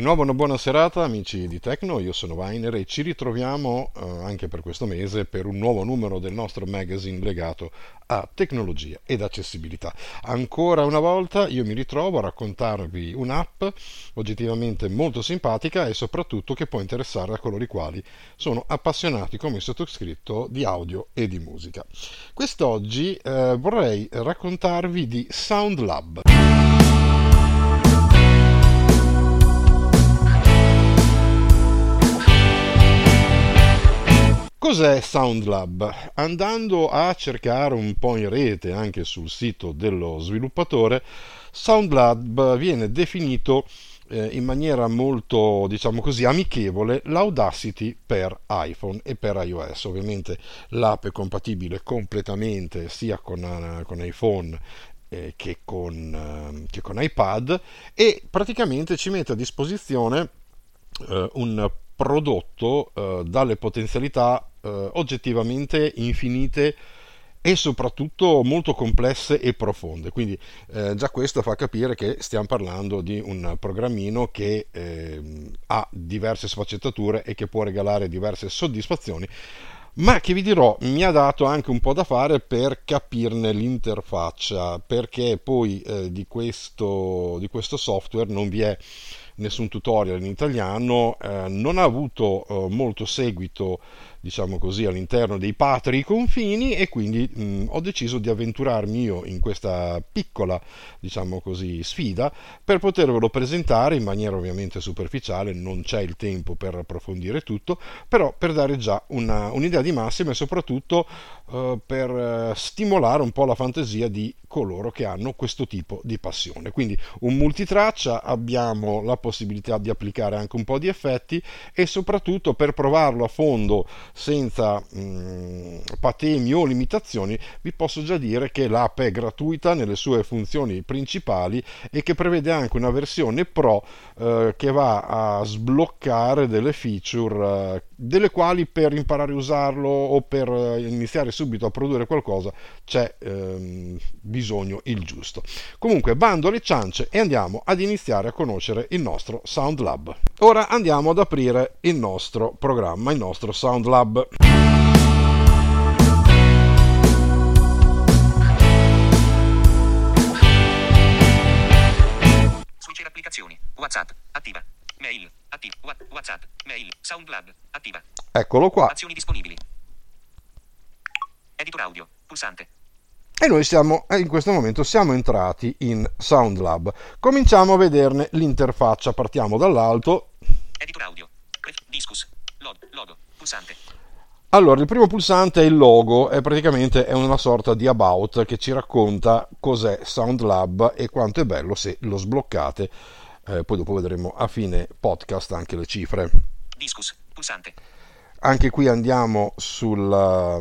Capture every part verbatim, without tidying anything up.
Di nuovo una buona serata amici di Tecno, io sono Weiner e ci ritroviamo eh, anche per questo mese per un nuovo numero del nostro magazine legato a tecnologia ed accessibilità. Ancora una volta io mi ritrovo a raccontarvi un'app oggettivamente molto simpatica e soprattutto che può interessare a coloro i quali sono appassionati come sottoscritto di audio e di musica. Quest'oggi eh, vorrei raccontarvi di SoundLab. Cos'è SoundLab? Andando a cercare un po' in rete anche sul sito dello sviluppatore, SoundLab viene definito eh, in maniera molto, diciamo così, amichevole l'Audacity per iPhone e per iOS. Ovviamente l'app è compatibile completamente sia con, uh, con iPhone eh, che, con, uh, che con iPad e praticamente ci mette a disposizione uh, un prodotto uh, dalle potenzialità uh, oggettivamente infinite e soprattutto molto complesse e profonde, quindi eh, già questo fa capire che stiamo parlando di un programmino che eh, ha diverse sfaccettature e che può regalare diverse soddisfazioni, ma che vi dirò mi ha dato anche un po' da fare per capirne l'interfaccia, perché poi eh, di questo, di questo software non vi è nessun tutorial in italiano, eh, non ha avuto eh, molto seguito, diciamo così, all'interno dei patri confini e quindi mh, ho deciso di avventurarmi io in questa piccola, diciamo così, sfida per potervelo presentare in maniera ovviamente superficiale, non c'è il tempo per approfondire tutto, però per dare già una, un'idea di massima e soprattutto eh, per eh, stimolare un po' la fantasia di coloro che hanno questo tipo di passione. Quindi un multitraccia, abbiamo la possibilità di applicare anche un po' di effetti e soprattutto per provarlo a fondo senza mh, patemi o limitazioni vi posso già dire che l'app è gratuita nelle sue funzioni principali e che prevede anche una versione pro eh, che va a sbloccare delle feature eh, delle quali per imparare a usarlo o per eh, iniziare subito a produrre qualcosa c'è ehm, bisogno il giusto. Comunque bando alle ciance e andiamo ad iniziare a conoscere il nostro SoundLab. Ora andiamo ad aprire il nostro programma, il nostro SoundLab. Switcher applicazioni, WhatsApp, attiva, mail, attiva, WhatsApp, mail, SoundLab, attiva. Eccolo qua. Azioni disponibili. Editor audio, pulsante. E noi siamo, in questo momento siamo entrati in SoundLab. Cominciamo a vederne l'interfaccia, partiamo dall'alto. Editor audio, discus, log, logo, pulsante. Allora, il primo pulsante è il logo, è praticamente è una sorta di about che ci racconta cos'è SoundLab e quanto è bello se lo sbloccate. Eh, poi dopo vedremo a fine podcast anche le cifre. Discus, pulsante. Anche qui andiamo sulla,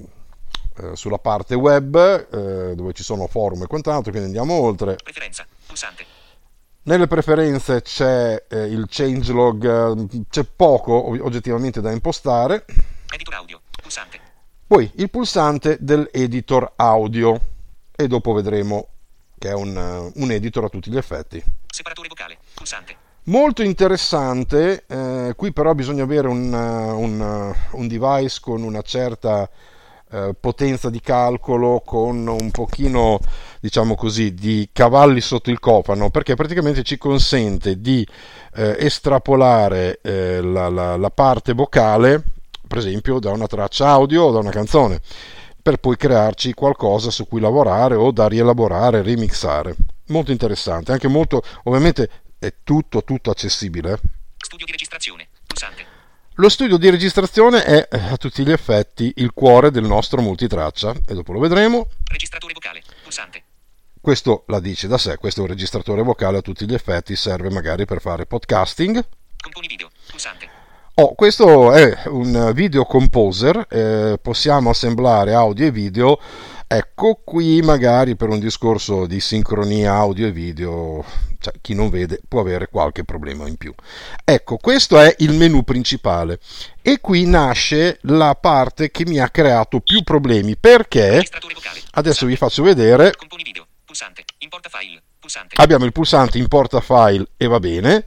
eh, sulla parte web eh, dove ci sono forum e quant'altro, quindi andiamo oltre. Preferenza, pulsante. Nelle preferenze c'è eh, il changelog, eh, c'è poco oggettivamente da impostare. Editor audio, pulsante. Poi il pulsante dell'editor audio e dopo vedremo che è un, un editor a tutti gli effetti. Separatore vocale, pulsante. Molto interessante, eh, qui però bisogna avere un, un, un device con una certa eh, potenza di calcolo, con un pochino, diciamo così, di cavalli sotto il cofano, perché praticamente ci consente di eh, estrapolare eh, la, la, la parte vocale, per esempio da una traccia audio o da una canzone, per poi crearci qualcosa su cui lavorare o da rielaborare, remixare. Molto interessante, anche molto, ovviamente è tutto tutto accessibile. Studio di registrazione, pulsante. Lo studio di registrazione è a tutti gli effetti il cuore del nostro multitraccia e dopo lo vedremo. Registratore vocale, pulsante. Questo la dice da sé, questo è un registratore vocale a tutti gli effetti, serve magari per fare podcasting. Componi video, pulsante. Oh, questo è un video composer, eh, possiamo assemblare audio e video. Ecco qui magari per un discorso di sincronia audio e video, cioè chi non vede può avere qualche problema in più. Ecco, questo è il menu principale e qui nasce la parte che mi ha creato più problemi, perché adesso vi faccio vedere. Componi video, pulsante, importa file, pulsante. Abbiamo il pulsante importa file e va bene.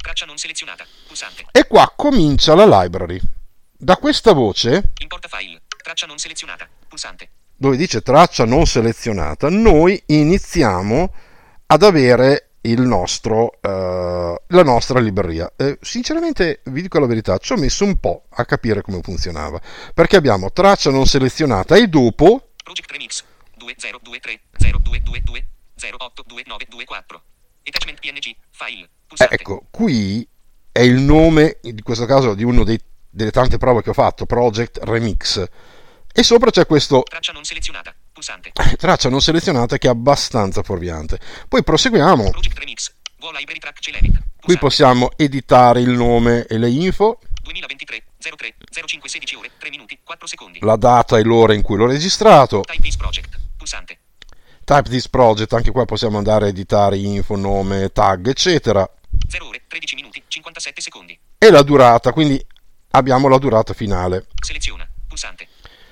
Traccia non selezionata. Pulsante. E qua comincia la library. Da questa voce, Importa file. Traccia non selezionata. Pulsante. dove dice traccia non selezionata, noi iniziamo ad avere il nostro, eh, la nostra libreria. Eh, sinceramente, vi dico la verità, ci ho messo un po' a capire come funzionava, perché abbiamo traccia non selezionata e dopo Project Remix due zero due tre zero due due due zero otto due nove due quattro. Attachment P N G file. Pulsante. ecco, qui è il nome, in questo caso, di uno dei, delle tante prove che ho fatto, Project Remix, e sopra c'è questo Traccia non selezionata. Pulsante. traccia non selezionata che è abbastanza fuorviante. Poi proseguiamo. Project Remix. Go Library Track Celeric. Pulsante. Qui possiamo editare il nome e le info, duemilaventitré zero tre zero cinque sedici ore tre minuti quattro secondi. la data e l'ora in cui l'ho registrato. Type this project. Pulsante. Type this project, anche qua possiamo andare a editare info, nome, tag, eccetera. zero ore tredici minuti cinquantasette secondi. E la durata, quindi abbiamo la durata finale. Seleziona. Pulsante.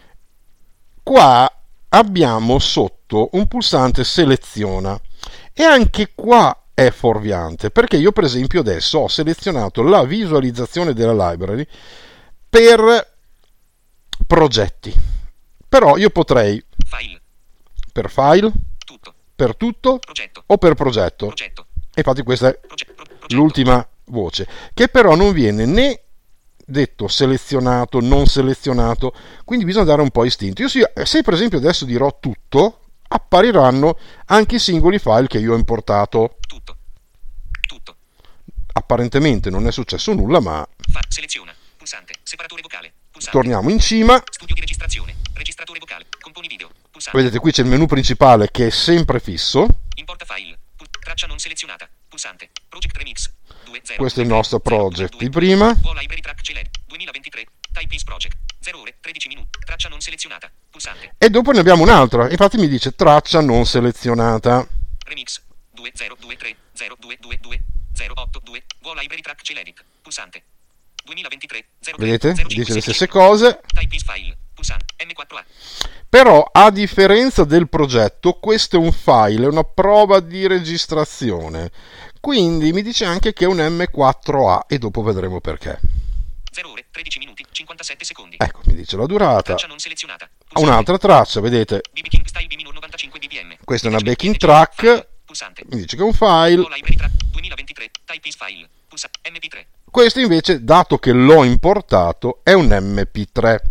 Qua abbiamo sotto un pulsante seleziona e anche qua è fuorviante, perché io per esempio adesso ho selezionato la visualizzazione della library per progetti, però io potrei File. per file, Tutto. per tutto Progetto. o per progetto. Progetto. E infatti questa è Proge- pro- progetto. l'ultima voce, che però non viene né detto selezionato, non selezionato, quindi bisogna dare un po' istinto. Io sì, se per esempio adesso dirò tutto, appariranno anche i singoli file che io ho importato. Tutto. Tutto. Apparentemente non è successo nulla, ma Fa- seleziona. Pulsante. Separatore vocale. Pulsante. torniamo in cima. Studio di registrazione. Registratore vocale. Componi video. Pulsante. Vedete, qui c'è il menu principale che è sempre fisso. Importa file. Pul- traccia non selezionata. Pulsante. Project Remix. due zero Questo è il due nostro tre zero project due di due. prima. Go Library Track Celeric. duemilaventitré. Type this project. zero ore tredici minuti. Traccia non selezionata. Pulsante. E dopo ne abbiamo un altro. Infatti mi dice traccia non selezionata. Remix. due zero due tre zero due due due zero otto due. Go Library Track Celeric. Pulsante. duemilaventitré zero tre Vedete? zero cinque Dice le sedici. stesse cose. Type this file. Pulsante. M quattro A. Però, a differenza del progetto, questo è un file, è una prova di registrazione. Quindi mi dice anche che è un M quattro A e dopo vedremo perché. zero ore tredici minuti cinquantasette secondi. Ecco, mi dice la durata. Traccia non selezionata. Ha Pulsante. un'altra traccia, vedete? B B King Style B minor novantacinque B P M. Questa è una Attachment backing P N G. track. File. Pulsante. Mi dice che è un file. Go Library Track duemilaventitré. Type is file. Pulsante. M P tre. Questo invece, dato che l'ho importato, è un M P tre.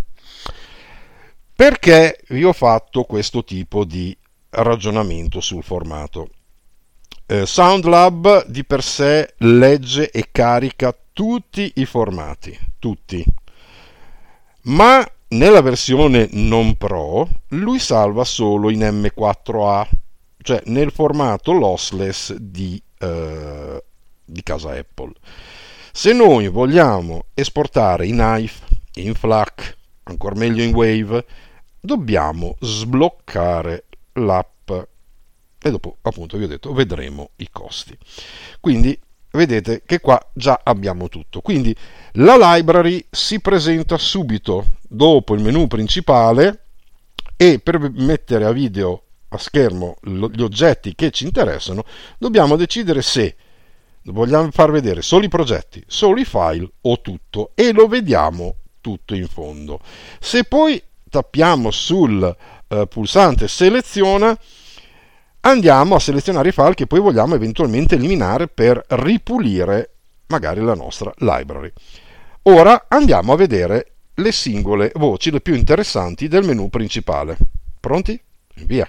Perché vi ho fatto questo tipo di ragionamento sul formato? Eh, SoundLab di per sé legge e carica tutti i formati, tutti. Ma nella versione non pro lui salva solo in M quattro A, cioè nel formato lossless di, eh, di casa Apple. Se noi vogliamo esportare in H I F, in FLAC, ancora meglio in WAV, dobbiamo sbloccare l'app e dopo, appunto, vi ho detto, vedremo i costi. Quindi vedete che qua già abbiamo tutto. Quindi la library si presenta subito dopo il menu principale e per mettere a video a schermo gli oggetti che ci interessano dobbiamo decidere se vogliamo far vedere solo i progetti, solo i file o tutto, e lo vediamo tutto in fondo. Se poi tappiamo sul eh, pulsante seleziona, andiamo a selezionare i file che poi vogliamo eventualmente eliminare per ripulire magari la nostra library. Ora andiamo a vedere le singole voci, le più interessanti del menu principale. Pronti? Via!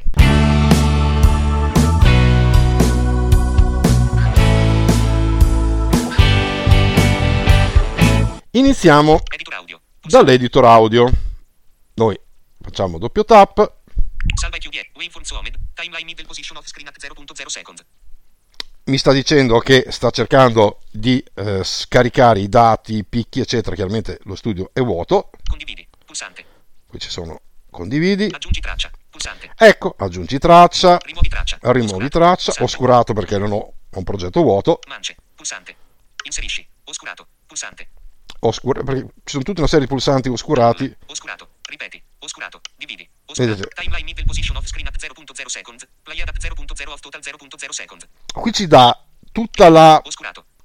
Iniziamo Editor audio. dall'editor audio. Noi facciamo doppio tap. Salva e chiudi. Waveforms Omed. Timeline middle position of screen at zero virgola zero seconds. Mi sta dicendo che sta cercando di eh, scaricare i dati, i picchi, eccetera. Chiaramente lo studio è vuoto. Condividi. Pulsante. Qui ci sono condividi. Aggiungi traccia. Pulsante. Ecco, aggiungi traccia. Rimuovi traccia. Rimuovi Oscurato. traccia. Pulsante. Oscurato perché non ho un progetto vuoto. Mance. Pulsante. Inserisci. Oscurato. Pulsante. Oscura, perché ci sono tutta una serie di pulsanti oscurati. Oscurato. Ripeti. Oscurato. Dividi. Oscurato. Vedete. Timeline middle position of screen at zero virgola zero seconds. Played at zero virgola zero of total zero virgola zero seconds. Qui ci dà tutta la Oscurato.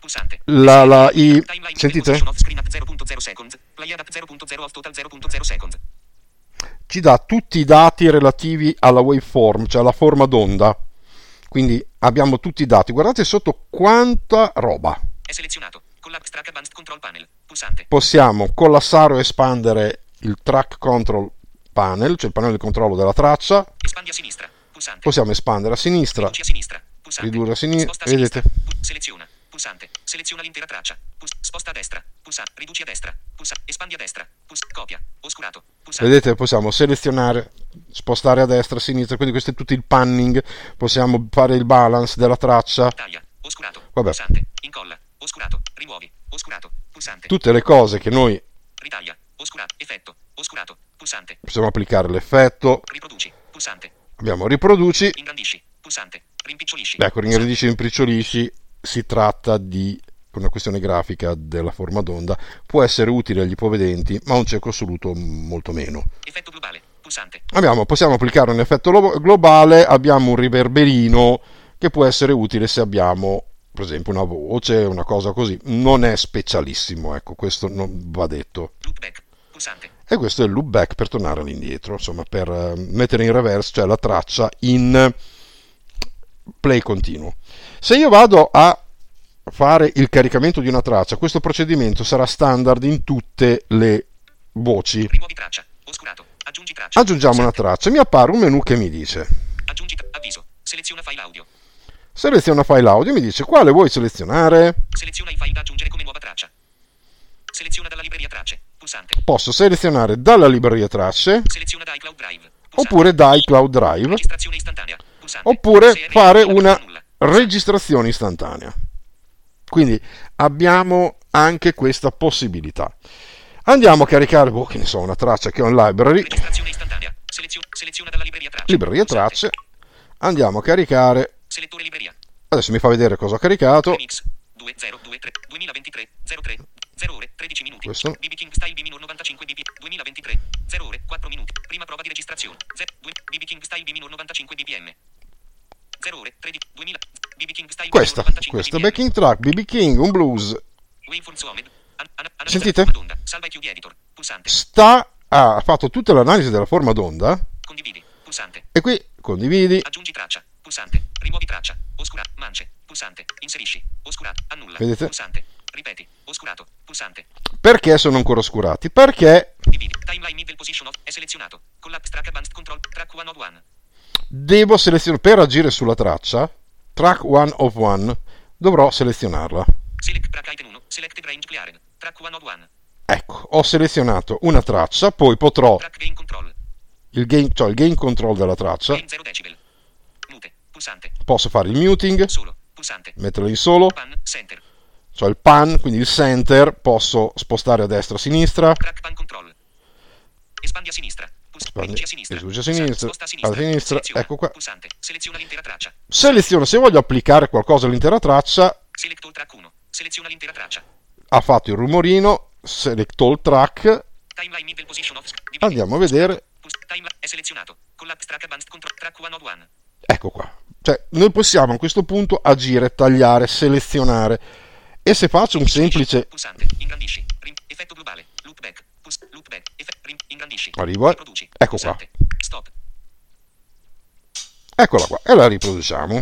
Pulsante. la, la, i, Timeline sentite? position off screen at zero punto zero seconds. Play at zero punto zero off total zero punto zero seconds. Ci dà tutti i dati relativi alla waveform, cioè alla forma d'onda. Quindi abbiamo tutti i dati. Guardate sotto quanta roba. È selezionato. Collapse track advanced control panel. Pulsante. Possiamo collassare o espandere il track control panel, cioè il pannello di controllo della traccia. Espandi a sinistra. Pulsante. Possiamo espandere a sinistra, Riduci a sinistra. Pulsante. ridurre a sinistra, Sposta a sinistra. vedete? Pu- seleziona. Pulsante. Seleziona l'intera traccia. Pus- sposta a destra. Pulsante. Riduci a destra. Pulsante. Espandi a destra. Pus- copia. Oscurato. Pulsante. Vedete, possiamo selezionare, spostare a destra, a sinistra, quindi questo è tutto il panning. Possiamo fare il balance della traccia. Taglia. Oscurato. Vabbè. Pulsante. Incolla. Oscurato. Rimuovi. Oscurato. Pulsante. Tutte le cose che noi Ritaglia. Oscurato. Effetto. Oscurato. Pulsante. possiamo applicare l'effetto. Riproduci. Pulsante. Abbiamo riproduci. Ingrandisci. Pulsante. Rimpicciolisci. Ecco, ringrandisci e impricciolisci. Si tratta di una questione grafica della forma d'onda. Può essere utile agli ipovedenti, ma a un cieco assoluto molto meno. Effetto globale. Pulsante. Abbiamo, possiamo applicare un effetto lo- globale. Abbiamo un riverberino che può essere utile se abbiamo, per esempio, una voce, una cosa così. Non è specialissimo, ecco, questo non va detto. Loopback. Pulsante. E questo è il loopback per tornare all'indietro, insomma, per eh, mettere in reverse, cioè la traccia in play continuo. Se io vado a fare il caricamento di una traccia, questo procedimento sarà standard in tutte le voci. Rimuovi traccia. Oscurato. Aggiungi traccia. Aggiungiamo una Pulsante. traccia, mi appare un menu che mi dice Aggiungi tra- avviso. Seleziona file audio. seleziona file audio, mi dice quale vuoi selezionare. Seleziona i file da aggiungere come nuova traccia. Seleziona dalla libreria tracce. Pulsante. Posso selezionare dalla libreria tracce Seleziona da iCloud Drive. Pulsante. oppure da iCloud Drive Registrazione istantanea. Pulsante. oppure Se è fare registrato, una nulla. registrazione istantanea. Quindi abbiamo anche questa possibilità. Andiamo a caricare, boh, che ne so, una traccia che ho in library, Registrazione istantanea. Selezio- seleziona dalla libreria tracce. libreria Pulsante. tracce, andiamo a caricare, Selettore libreria. adesso mi fa vedere cosa ho caricato. Remix. duemilaventitré duemilaventitré zero tre zero ore tredici minuti. Questo. B B King Style B Minor novantacinque B P duemilaventitré zero ore quattro minuti. Prima prova di registrazione. B B King Style B Minor novantacinque B P M. zero ore tredici duemila B B King Style Questa, B Minor novantacinque questo B P M. backing track, B B King, un blues, Waveform Suomed. An- an- analisi Sentite? della forma d'onda. Salva e chiudi editor. Pulsante. sta, ha fatto tutta l'analisi della forma d'onda Condividi. Pulsante. e qui condividi, Aggiungi traccia. Pulsante. Rimuovi traccia. Oscurato. Mance. Pulsante. Inserisci. Oscurato. Annulla. Vedete? Pulsante. Ripeti. Oscurato. Pulsante. perché sono ancora oscurati? Perché Dividi. Timeline middle position of. È selezionato. Collapse track advanced control. Track one of one. devo selezionare, per agire sulla traccia, track one of one, dovrò selezionarla. Select track item uno. Selected range cleared. Track one of one. Ecco, ho selezionato una traccia, poi potrò Track gain control. il gain, cioè il gain control della traccia, Gain zero decibel. Mute. Pulsante. posso fare il muting, Solo. Pulsante. metterlo in solo, Pan. Center. cioè il pan, quindi il center, posso spostare a destra o a sinistra, Track pan control. Espandi a sinistra. Pulsante. Espandi- Riduci a sinistra. riduci a Pulsante. sinistra, Sposta a sinistra. a sinistra, Seleziona. ecco qua. Pulsante. Seleziona l'intera traccia. seleziono, se voglio applicare qualcosa all'intera traccia, Select all track uno. Seleziona l'intera traccia. ha fatto il rumorino, select all track, Timeline middle position of. Dividi. andiamo a vedere, Pus- Timeline è selezionato. Collapse track advanced control. Track one of one. ecco qua. Cioè, noi possiamo a questo punto agire, tagliare, selezionare, e se faccio un semplice, Pulsante. Ingrandisci. Rim- effetto globale. Loopback. Pus- loopback. Effe- rim- ingrandisci. Arrivo a- Riproduci. ecco qua. Pulsante. Stop. eccola qua, e la riproduciamo.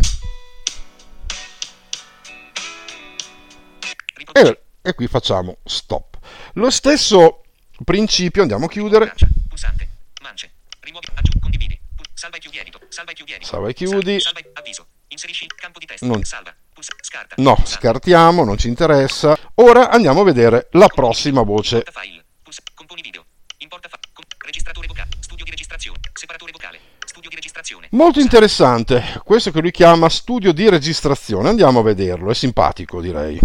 Riproduci. E, e qui facciamo stop. Lo stesso principio, andiamo a chiudere, Traccia. Pulsante. Mance. Rimuovi. Aggiungi. Condividi. Pu- salva e chiudi edito. Salva e chiudi edito. Salva e chiudi. Salva e- avviso. Inserisci il campo di testo. Non- Salva. Pus- scarta. no, Pulsante. scartiamo, non ci interessa. Ora andiamo a vedere la prossima voce. Importa file. Pus- componi video. Importa fa- com- registratore vocale. Studio di registrazione. Separatore vocale. Studio di registrazione. Molto Pulsante. interessante, questo che lui chiama studio di registrazione, andiamo a vederlo, è simpatico direi.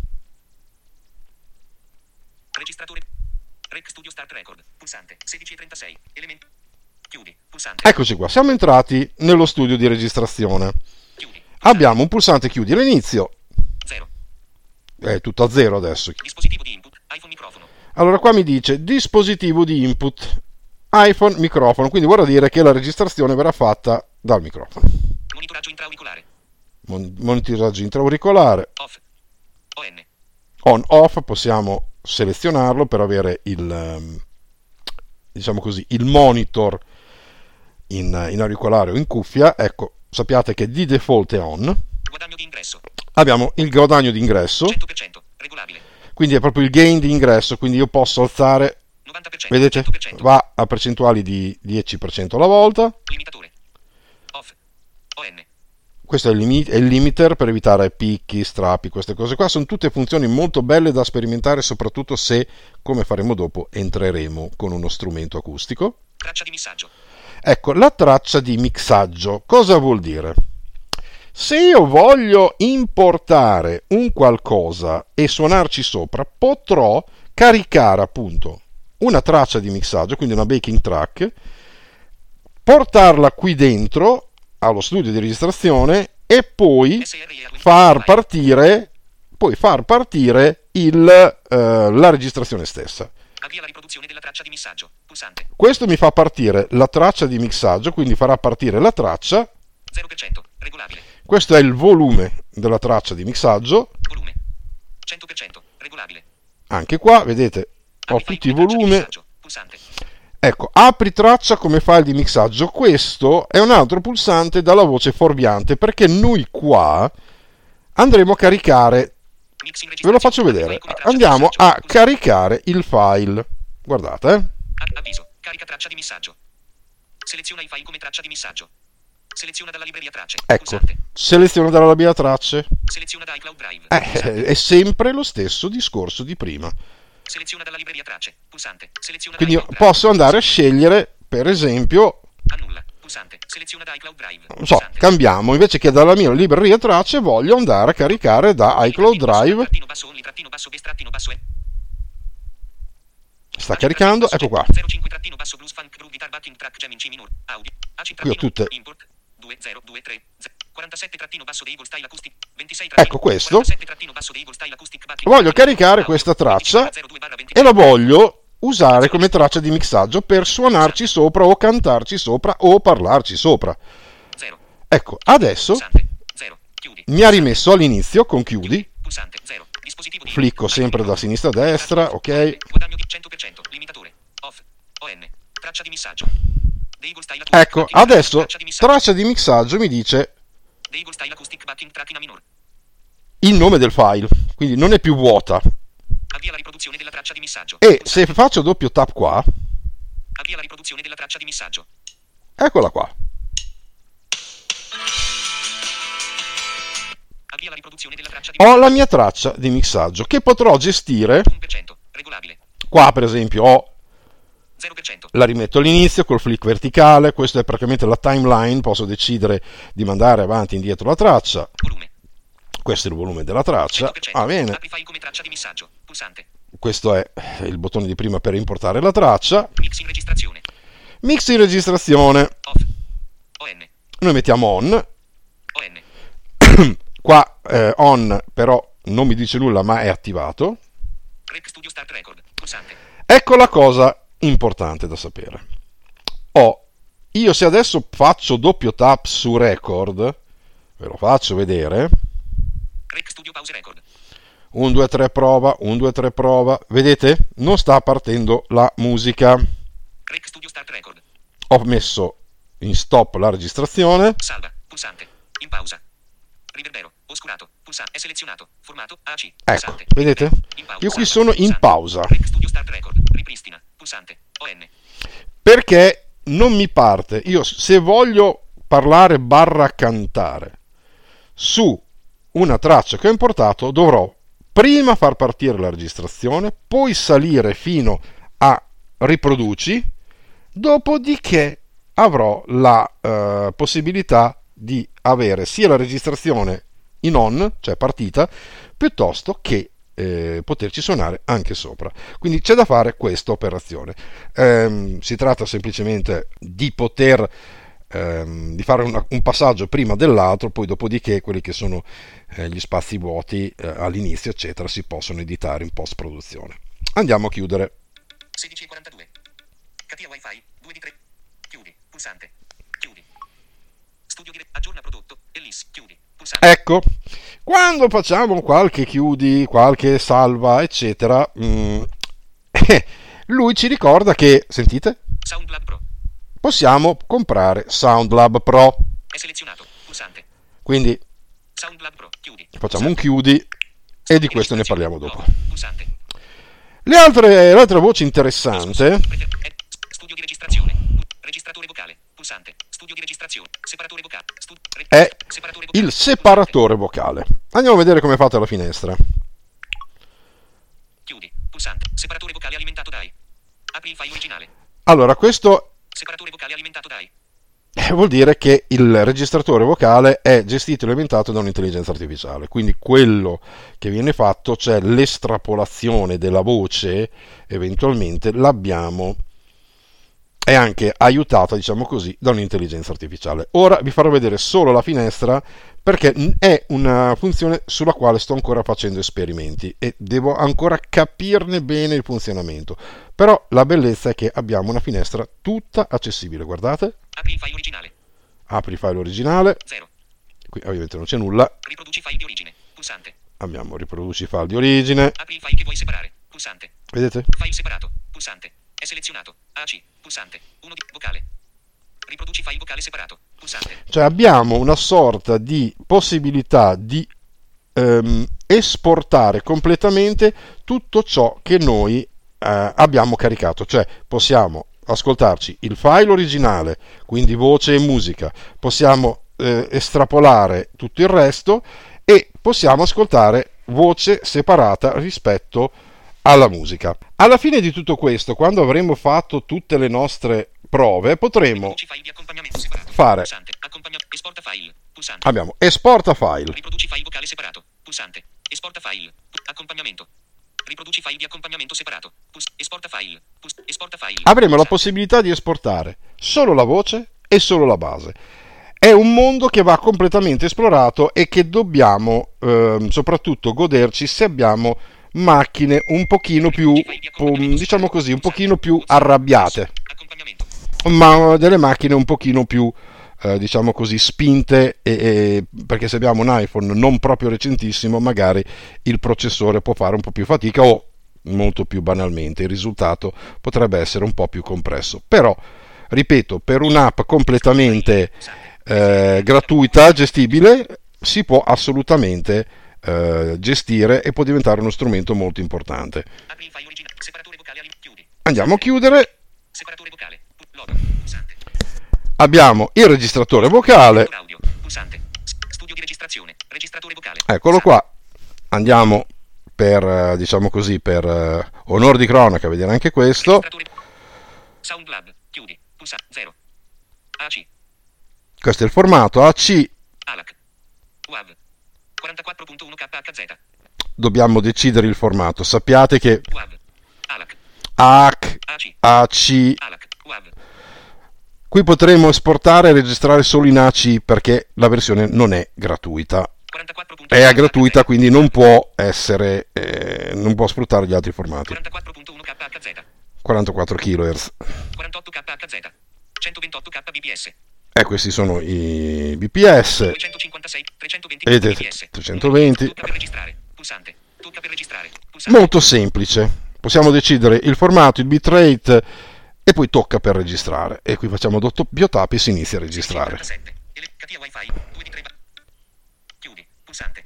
Registratore. Rec Studio Start Record. Pulsante. sedici e trentasei. Elemento. Chiudi. Pulsante. Eccoci qua, siamo entrati nello studio di registrazione. Chiudi. Pulsante. Abbiamo un pulsante chiudi all'inizio, Zero. è tutto a zero adesso. Dispositivo di input. iPhone microfono. Allora qua mi dice dispositivo di input, iPhone, microfono, quindi vorrà dire che la registrazione verrà fatta dal microfono. Monitoraggio intraauricolare. Mon- monitoraggio intraauricolare, Off. On. On off possiamo selezionarlo per avere il ehm, diciamo così il monitor in, in auricolare o in cuffia. Ecco, sappiate che di default è on. Guadagno di ingresso. Abbiamo il guadagno di ingresso, cento per cento. Regolabile. quindi è proprio il gain di ingresso, quindi io posso alzare, novanta per cento. vedete, cento per cento. va a percentuali di dieci per cento alla volta. Limitatore. Off. On. Questo è il, limit- è il limiter per evitare picchi, strappi, queste cose qua. Sono tutte funzioni molto belle da sperimentare, soprattutto se, come faremo dopo, entreremo con uno strumento acustico. Traccia di missaggio. Ecco, la traccia di mixaggio. Cosa vuol dire? Se io voglio importare un qualcosa e suonarci sopra, potrò caricare appunto una traccia di mixaggio, quindi una backing track, portarla qui dentro allo studio di registrazione e poi far partire poi far partire il, eh, la registrazione stessa. Avvia la riproduzione della traccia di missaggio. Pulsante. Questo mi fa partire la traccia di mixaggio, quindi farà partire la traccia. zero per cento. Regolabile. Questo è il volume della traccia di mixaggio. Volume. cento per cento. Regolabile. Anche qua, vedete, ho Apri tutti i file traccia di volumi. missaggio. Pulsante. Ecco, apri traccia come file di mixaggio. Questo è un altro pulsante dalla voce fuorviante, perché noi qua andremo a caricare, Mixing ve lo faccio registrazione. vedere, Apri file come traccia di andiamo missaggio. a Pulsante. caricare il file. Guardate, eh. A- Avviso. Carica traccia di missaggio. Seleziona i file come traccia di missaggio. Seleziona dalla libreria tracce. Ecco, Pulsante. seleziona dalla libreria tracce. Seleziona da iCloud Drive. Eh, Pulsante. è sempre lo stesso discorso di prima. Seleziona dalla libreria tracce. Pulsante. Seleziona Quindi da io iCloud Drive. posso andare a scegliere, per esempio, Annulla. Pulsante. Seleziona da iCloud Drive. non so, Pulsante. cambiamo, invece che dalla mia libreria tracce voglio andare a caricare da iCloud Drive. Trattino basso only, trattino basso base, trattino basso e- Sta caricando, ecco qua. zero cinque trattino basso blues funk groove guitar backing track jam in C minor audio A C Qui ho trattino tutte. import due zero due tre quarantasette trattino basso Able style acoustic ventisei Ecco questo. quarantasette trattino basso Able style acoustic backing Voglio trattino caricare audio questa traccia venticinque zero due barra ventitré. e la voglio usare come traccia di mixaggio per suonarci sopra o cantarci sopra o parlarci sopra. zero Ecco, adesso pulsante zero chiudi mi ha rimesso all'inizio con chiudi, pulsante zero dispositivo di flicco sempre da sinistra a destra, ok. guadagno di cento per cento limitatore off on traccia di missaggio Able style acoustic Ecco, backing track, adesso traccia di missaggio traccia di mixaggio mi dice Able style acoustic backing track in A minor. il nome del file, quindi non è più vuota. Avvia la riproduzione della traccia di missaggio. E se faccio doppio tap qua, Avvia la riproduzione della traccia di missaggio. eccola qua. Avvia la riproduzione della traccia di Ho missaggio. la mia traccia di mixaggio che potrò gestire. uno per cento. Regolabile. Qua per esempio ho, zero per cento. la rimetto all'inizio col flick verticale, questo è praticamente la timeline, posso decidere di mandare avanti e indietro la traccia. Volume. Questo è il volume della traccia. cento per cento. Va bene, Apri file come traccia di missaggio. Pulsante. questo è il bottone di prima per importare la traccia. Mixing registrazione. Mix in registrazione, Off. On. noi mettiamo on. On. Qua eh, on però non mi dice nulla, ma è attivato. Rec Studio Start Record. Pulsante. Ecco la cosa importante da sapere. Ho, io se adesso faccio doppio tap su record, ve lo faccio vedere. Rec Studio Pause Record. uno, due, tre prova, uno, due, tre prova. Vedete? Non sta partendo la musica. Rec Studio Start Record. Ho messo in stop la registrazione. Salva. Pulsante. In pausa. Riverbero. Oscurato. Pulsante. È selezionato. Formato A C. Ecco, Pulsante. vedete? In pausa. Io qui Salva. sono in Pulsante. pausa. Rec Studio Start Record. Ripristina. Pulsante. On. Perché non mi parte. Io se voglio parlare barra cantare su una traccia che ho importato, dovrò prima far partire la registrazione, poi salire fino a riproduci, dopodiché avrò la eh, possibilità di avere sia la registrazione in on, cioè partita, piuttosto che eh, poterci suonare anche sopra. Quindi c'è da fare questa operazione. Ehm, si tratta semplicemente di poter ehm, di fare una, un passaggio prima dell'altro, poi dopodiché quelli che sono eh, gli spazi vuoti eh, all'inizio eccetera si possono editare in post produzione. Andiamo a chiudere. sedici e quarantadue. Catia Wi-Fi. due di tre. Chiudi. Pulsante. Chiudi. Studio dire, aggiorna prodotto, Ellis, chiudi, pulsante. Ecco, quando facciamo qualche chiudi, qualche salva, eccetera, mm, eh, lui ci ricorda che, sentite, SoundLab Pro. possiamo comprare SoundLab Pro. È selezionato, pulsante. Quindi SoundLab Pro, chiudi. facciamo un chiudi e di questo ne parliamo dopo. Pulsante. Le altre, l'altra voce interessante Studio di registrazione. Registratore vocale. Pulsante. Studio di registrazione. Separatore vocale. Stud- re- è separatore vocale. il separatore vocale. Andiamo a vedere come è fatta la finestra. Chiudi. Pulsante. Separatore vocale alimentato dai. Apri il file originale. Allora, questo Separatore vocale alimentato dai. eh, vuol dire che il registratore vocale è gestito e alimentato da un'intelligenza artificiale. Quindi quello che viene fatto, cioè l'estrapolazione della voce, eventualmente l'abbiamo è anche aiutata, diciamo così, da un'intelligenza artificiale. Ora vi farò vedere solo la finestra perché è una funzione sulla quale sto ancora facendo esperimenti e devo ancora capirne bene il funzionamento. Però la bellezza è che abbiamo una finestra tutta accessibile, guardate. Apri il file originale. Apri il file originale. zero. Qui ovviamente non c'è nulla. Riproduci file di origine. Pulsante. Abbiamo riproduci file di origine. Apri il file che vuoi separare. Pulsante. Vedete? File separato. Pulsante. È selezionato. A C. Pulsante. uno di vocale. Riproduci file vocale separato. Pulsante. Cioè abbiamo una sorta di possibilità di ehm, esportare completamente tutto ciò che noi eh, abbiamo caricato. Cioè possiamo ascoltarci il file originale, quindi voce e musica, possiamo eh, estrapolare tutto il resto e possiamo ascoltare voce separata rispetto alla musica. Alla fine di tutto questo, quando avremo fatto tutte le nostre prove, potremo Riproduci file di accompagnamento separato. fare Pulsante. Accompagna- esporta file. Pulsante. abbiamo esporta file. Riproduci file vocale separato. Pulsante. Esporta file. Accompagnamento. Riproduci file di accompagnamento separato. Puls- esporta file. Puls- esporta file. Avremo la Pulsante. possibilità di esportare solo la voce e solo la base. È un mondo che va completamente esplorato e che dobbiamo ehm, soprattutto goderci se abbiamo macchine un pochino più, diciamo così, un pochino più arrabbiate, Accompagnamento. ma delle macchine un pochino più, eh, diciamo così, spinte, e, e, perché se abbiamo un iPhone non proprio recentissimo, magari il processore può fare un po' più fatica o, molto più banalmente, il risultato potrebbe essere un po' più compresso. Però, ripeto, per un'app completamente eh, gratuita, gestibile, si può assolutamente eh, gestire e può diventare uno strumento molto importante. Apri il file originale. Separatore vocale alim- chiudi. Andiamo a chiudere. Separatore vocale. Pu- Logo. Pulsante. Abbiamo il registratore vocale. Audio. Pulsante. S- Studio di registrazione. Registratore vocale. Eccolo qua. Andiamo per, eh, diciamo così, per eh, onor di cronaca a vedere anche questo. Registratore. SoundLab. Chiudi. Pulsante. zero. A C. Questo è il formato A C. ALAC. U A V. quarantaquattro punto uno K H Z. Dobbiamo decidere il formato. Sappiate che U A V. ALAC. A C, A C. A C, ALAC. U A V. qui potremo esportare e registrare solo in A C perché la versione non è gratuita. quarantaquattro punto uno È K H Z. gratuita, quindi non può essere, eh, non può sfruttare gli altri formati. quarantaquattro punto uno K H Z. quarantaquattro kilohertz. quarantotto K H Z. centoventotto kbps. E questi sono i B P S. duecentocinquantasei. trecentoventi Vedete, kbps. trecentoventi. Tocca per registrare. Pulsante. Tocca per registrare. Pulsante. Molto semplice. Possiamo decidere il formato, il bitrate e poi tocca per registrare. E qui facciamo doppio tap e si inizia a registrare. settantasette. Ele- Catia wifi. due di tre va- Chiudi. Pulsante.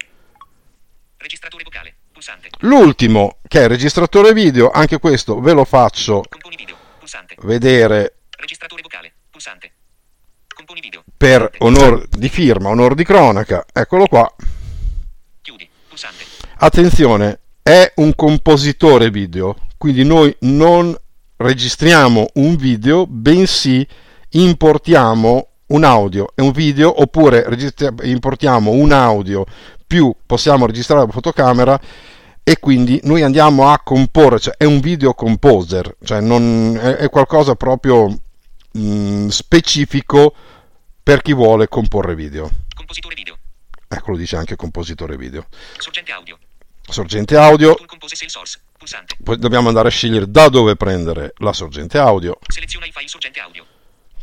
Registratore vocale. Pulsante. L'ultimo, che è il registratore video, anche questo ve lo faccio Componi video. Pulsante. vedere Registratore vocale. Pulsante. Componi video. per onor di firma, onor di cronaca. Eccolo qua. Chiudi. Pulsante. Attenzione, è un compositore video, quindi noi non registriamo un video, bensì importiamo un audio e un video, oppure registri- importiamo un audio più possiamo registrare la fotocamera, e quindi noi andiamo a comporre, cioè è un video composer, cioè non è, è qualcosa proprio mh, specifico per chi vuole comporre video. Compositore video. Ecco, lo dice anche compositore video. Sorgente audio. Sorgente audio. Tool compose sale source. Pulsante. Poi dobbiamo andare a scegliere da dove prendere la sorgente audio. Seleziona il file sorgente audio.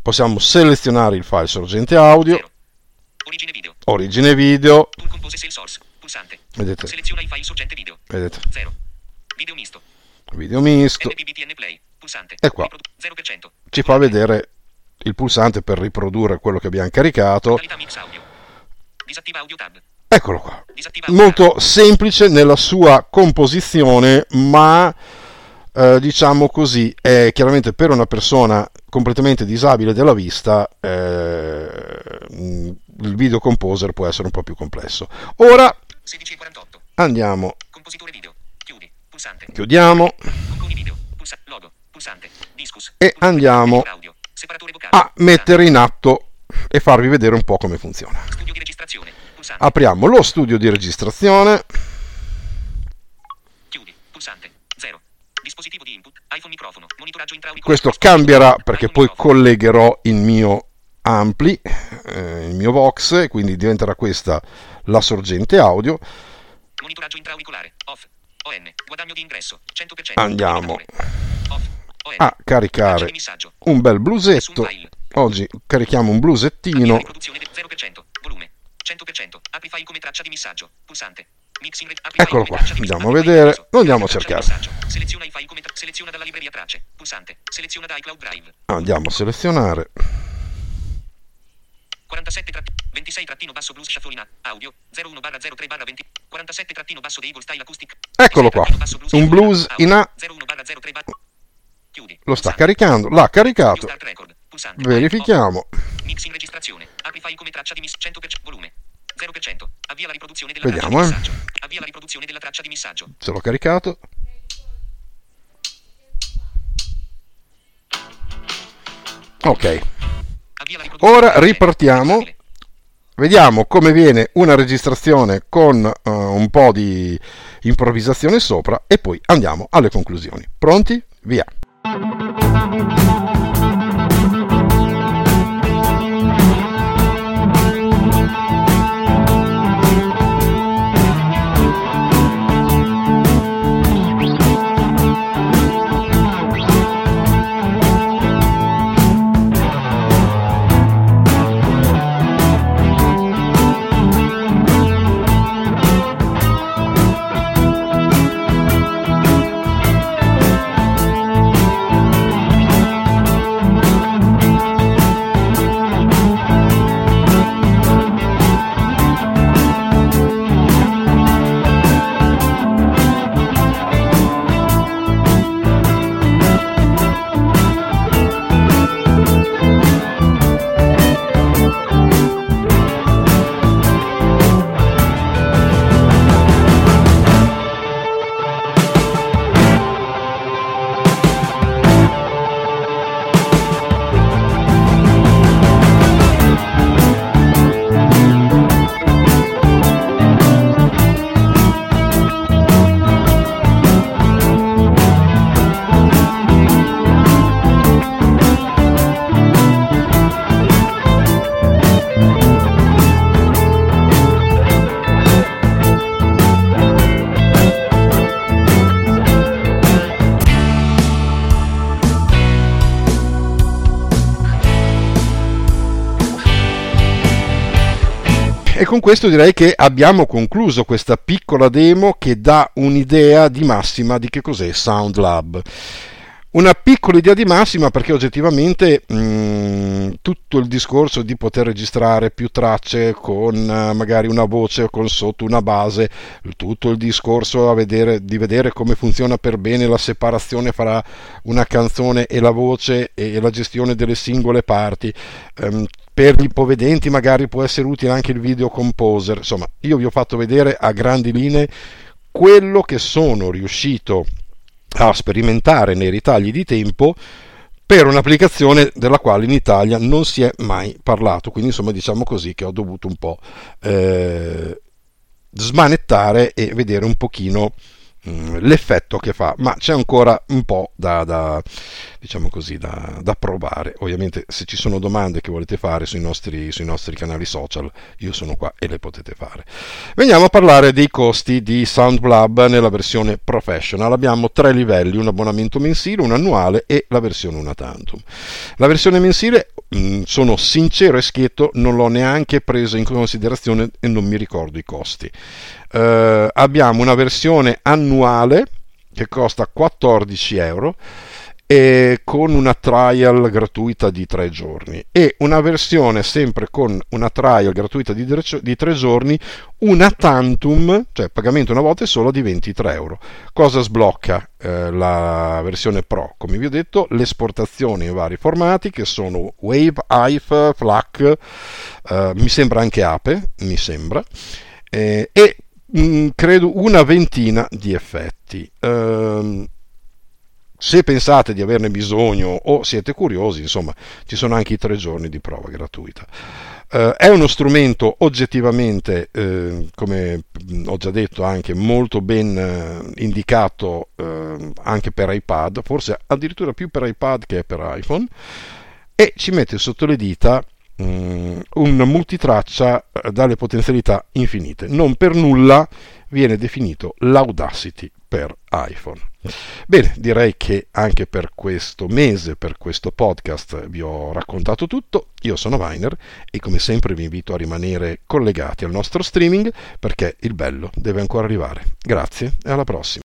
possiamo selezionare il file sorgente audio, zero. Origine video. origine video, Tool Compose Cell Source. Pulsante. vedete, Seleziona il file sorgente video. vedete, zero. Video misto. video misto, M P B T N Play. Pulsante. e qua Riprodu- zero per cento. ci fa vedere il pulsante per riprodurre quello che abbiamo caricato. Modalità mix audio. Disattiva audio tab. Eccolo qua, Disattiva audio molto semplice nella sua composizione, ma eh, diciamo così, è chiaramente per una persona completamente disabile della vista, eh, il video composer può essere un po' più complesso. Ora sedici e quarantotto. andiamo, Compositore video. Chiudi. Pulsante. chiudiamo Componi video. Pulsa- logo. Pulsante. Discus. e andiamo Audio. Separatore vocale. a mettere in atto e farvi vedere un po' come funziona. Studio di registrazione. Pulsante. Apriamo lo studio di registrazione. Chiudi. Pulsante. zero. Dispositivo di input. iPhone microfono. Monitoraggio intraulico. Questo Dispositivo cambierà input, perché iPhone poi microfono. collegherò il mio ampli, eh, il mio Vox, e quindi diventerà questa la sorgente audio. Monitoraggio intraauricolare. Off. O N. Guadagno di ingresso. cento per cento. Andiamo Off. O N. a Traccia caricare di missaggio. un bel Nessun blusetto. file. Oggi carichiamo un Avvia blusettino. riproduzione del zero per cento. Volume. cento per cento. Apri file come traccia di messaggio. Pulsante. Mixing reg- apri Eccolo file qua, come traccia di andiamo a apri file vedere, come lo andiamo a traccia di cercare. messaggio. Seleziona i file come tra- seleziona dalla libreria tracce. Pulsante. Seleziona da iCloud Drive. Andiamo a selezionare. quarantasette tratti- ventisei trattino basso blues shuffle audio zero uno barra zero tre barra venti quarantasette trattino basso Able Style Acoustic. Eccolo qua, ventisei trattino basso blues un shuffle blues audio, in A. zero uno barra zero tre barra chiudi. Lo sta Pulsante. caricando, l'ha caricato. Start record. Pulsante. Verifichiamo. Off. Mixing registrazione. Apri file come traccia di miss cento per cento. Volume. zero per cento. Avvia la riproduzione della Vediamo, traccia eh. di messaggio. Avvia la riproduzione della traccia di messaggio. Se l'ho caricato. Ok, Avvia la riproduzione ora della ripartiamo. traccia. Vediamo come viene una registrazione con uh, un po' di improvvisazione sopra e poi andiamo alle conclusioni. Pronti? Via! E con questo direi che abbiamo concluso questa piccola demo che dà un'idea di massima di che cos'è SoundLab. Una piccola idea di massima perché oggettivamente mh, tutto il discorso di poter registrare più tracce con uh, magari una voce o con sotto una base, tutto il discorso a vedere, di vedere come funziona per bene la separazione fra una canzone e la voce e la gestione delle singole parti, um, per gli ipovedenti magari può essere utile anche il video composer. Insomma, io vi ho fatto vedere a grandi linee quello che sono riuscito a sperimentare nei ritagli di tempo per un'applicazione della quale in Italia non si è mai parlato, quindi insomma diciamo così che ho dovuto un po' eh, smanettare e vedere un pochino mh, l'effetto che fa, ma c'è ancora un po' da, da diciamo così da, da provare. Ovviamente se ci sono domande che volete fare sui nostri, sui nostri canali social, io sono qua e le potete fare. Veniamo a parlare dei costi di SoundLab nella versione professional. Abbiamo tre livelli: un abbonamento mensile, un annuale e la versione una tantum. La versione mensile mh, sono sincero e schietto, non l'ho neanche preso in considerazione e non mi ricordo i costi. Uh, abbiamo una versione annuale che costa quattordici euro e con una trial gratuita di tre giorni, e una versione sempre con una trial gratuita di tre, di tre giorni, una tantum, cioè pagamento una volta e solo, di ventitré euro. Cosa sblocca eh, la versione Pro? Come vi ho detto, l'esportazione in vari formati che sono Wave, I F, FLAC, eh, mi sembra anche Ape, mi sembra, eh, e mh, credo una ventina di effetti. Ehm, Se pensate di averne bisogno o siete curiosi, insomma, ci sono anche i tre giorni di prova gratuita. Uh, è uno strumento oggettivamente, uh, come ho già detto, anche molto ben uh, indicato uh, anche per iPad, forse addirittura più per iPad che per iPhone, e ci mette sotto le dita um, un multitraccia uh, dalle potenzialità infinite. Non per nulla viene definito l'Audacity per iPhone. Bene, direi che anche per questo mese, per questo podcast, vi ho raccontato tutto. Io sono Viner e come sempre vi invito a rimanere collegati al nostro streaming, perché il bello deve ancora arrivare. Grazie e alla prossima.